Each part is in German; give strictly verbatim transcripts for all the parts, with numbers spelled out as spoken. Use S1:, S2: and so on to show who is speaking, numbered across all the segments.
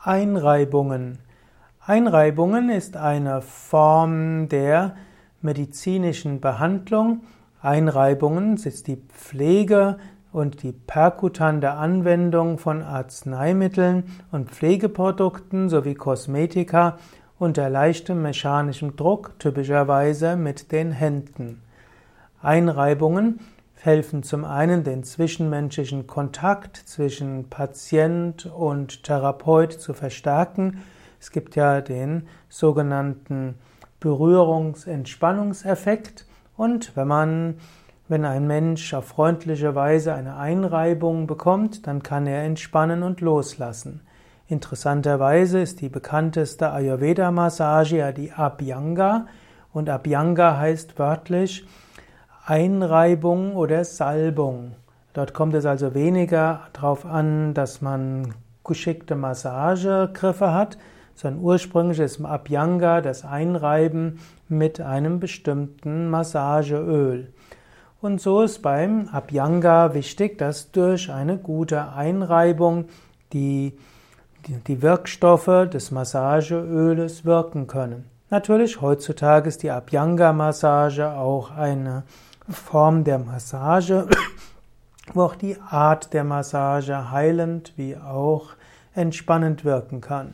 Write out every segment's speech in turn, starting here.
S1: Einreibungen. Einreibungen ist eine Form der medizinischen Behandlung. Einreibungen ist die Pflege und die perkutante Anwendung von Arzneimitteln und Pflegeprodukten sowie Kosmetika unter leichtem mechanischem Druck, typischerweise mit den Händen. Einreibungen helfen zum einen, den zwischenmenschlichen Kontakt zwischen Patient und Therapeut zu verstärken. Es gibt ja den sogenannten Berührungsentspannungseffekt. Und wenn man, wenn ein Mensch auf freundliche Weise eine Einreibung bekommt, dann kann er entspannen und loslassen. Interessanterweise ist die bekannteste Ayurveda-Massage ja die Abhyanga. Und Abhyanga heißt wörtlich Einreibung oder Salbung. Dort kommt es also weniger darauf an, dass man geschickte Massagegriffe hat, sondern ursprünglich ist Abhyanga das Einreiben mit einem bestimmten Massageöl. Und so ist beim Abhyanga wichtig, dass durch eine gute Einreibung die, die, die Wirkstoffe des Massageöles wirken können. Natürlich, heutzutage ist die Abhyanga-Massage auch eine Form der Massage, wo auch die Art der Massage heilend wie auch entspannend wirken kann.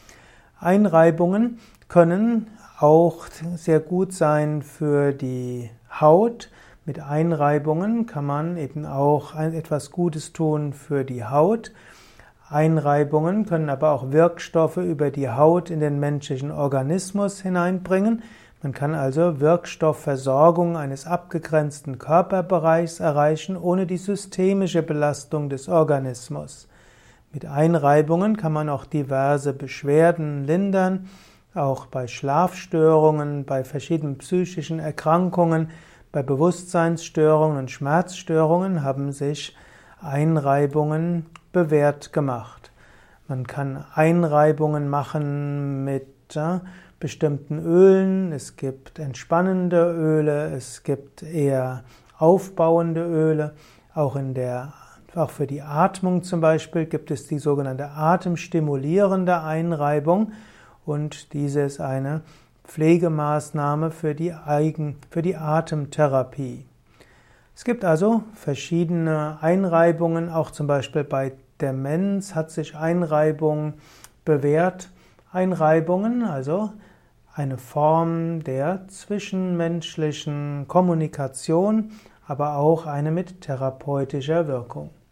S1: Einreibungen können auch sehr gut sein für die Haut. Mit Einreibungen kann man eben auch etwas Gutes tun für die Haut. Einreibungen können aber auch Wirkstoffe über die Haut in den menschlichen Organismus hineinbringen. Man kann also Wirkstoffversorgung eines abgegrenzten Körperbereichs erreichen, ohne die systemische Belastung des Organismus. Mit Einreibungen kann man auch diverse Beschwerden lindern, auch bei Schlafstörungen, bei verschiedenen psychischen Erkrankungen, bei Bewusstseinsstörungen und Schmerzstörungen haben sich Einreibungen bewährt gemacht. Man kann Einreibungen machen mit ja, bestimmten Ölen, es gibt entspannende Öle, es gibt eher aufbauende Öle, auch in der Auch für die Atmung zum Beispiel gibt es die sogenannte atemstimulierende Einreibung und diese ist eine Pflegemaßnahme für die Eigen, für die Atemtherapie. Es gibt also verschiedene Einreibungen, auch zum Beispiel bei Demenz hat sich Einreibung bewährt. Einreibungen, also eine Form der zwischenmenschlichen Kommunikation, aber auch eine mit therapeutischer Wirkung.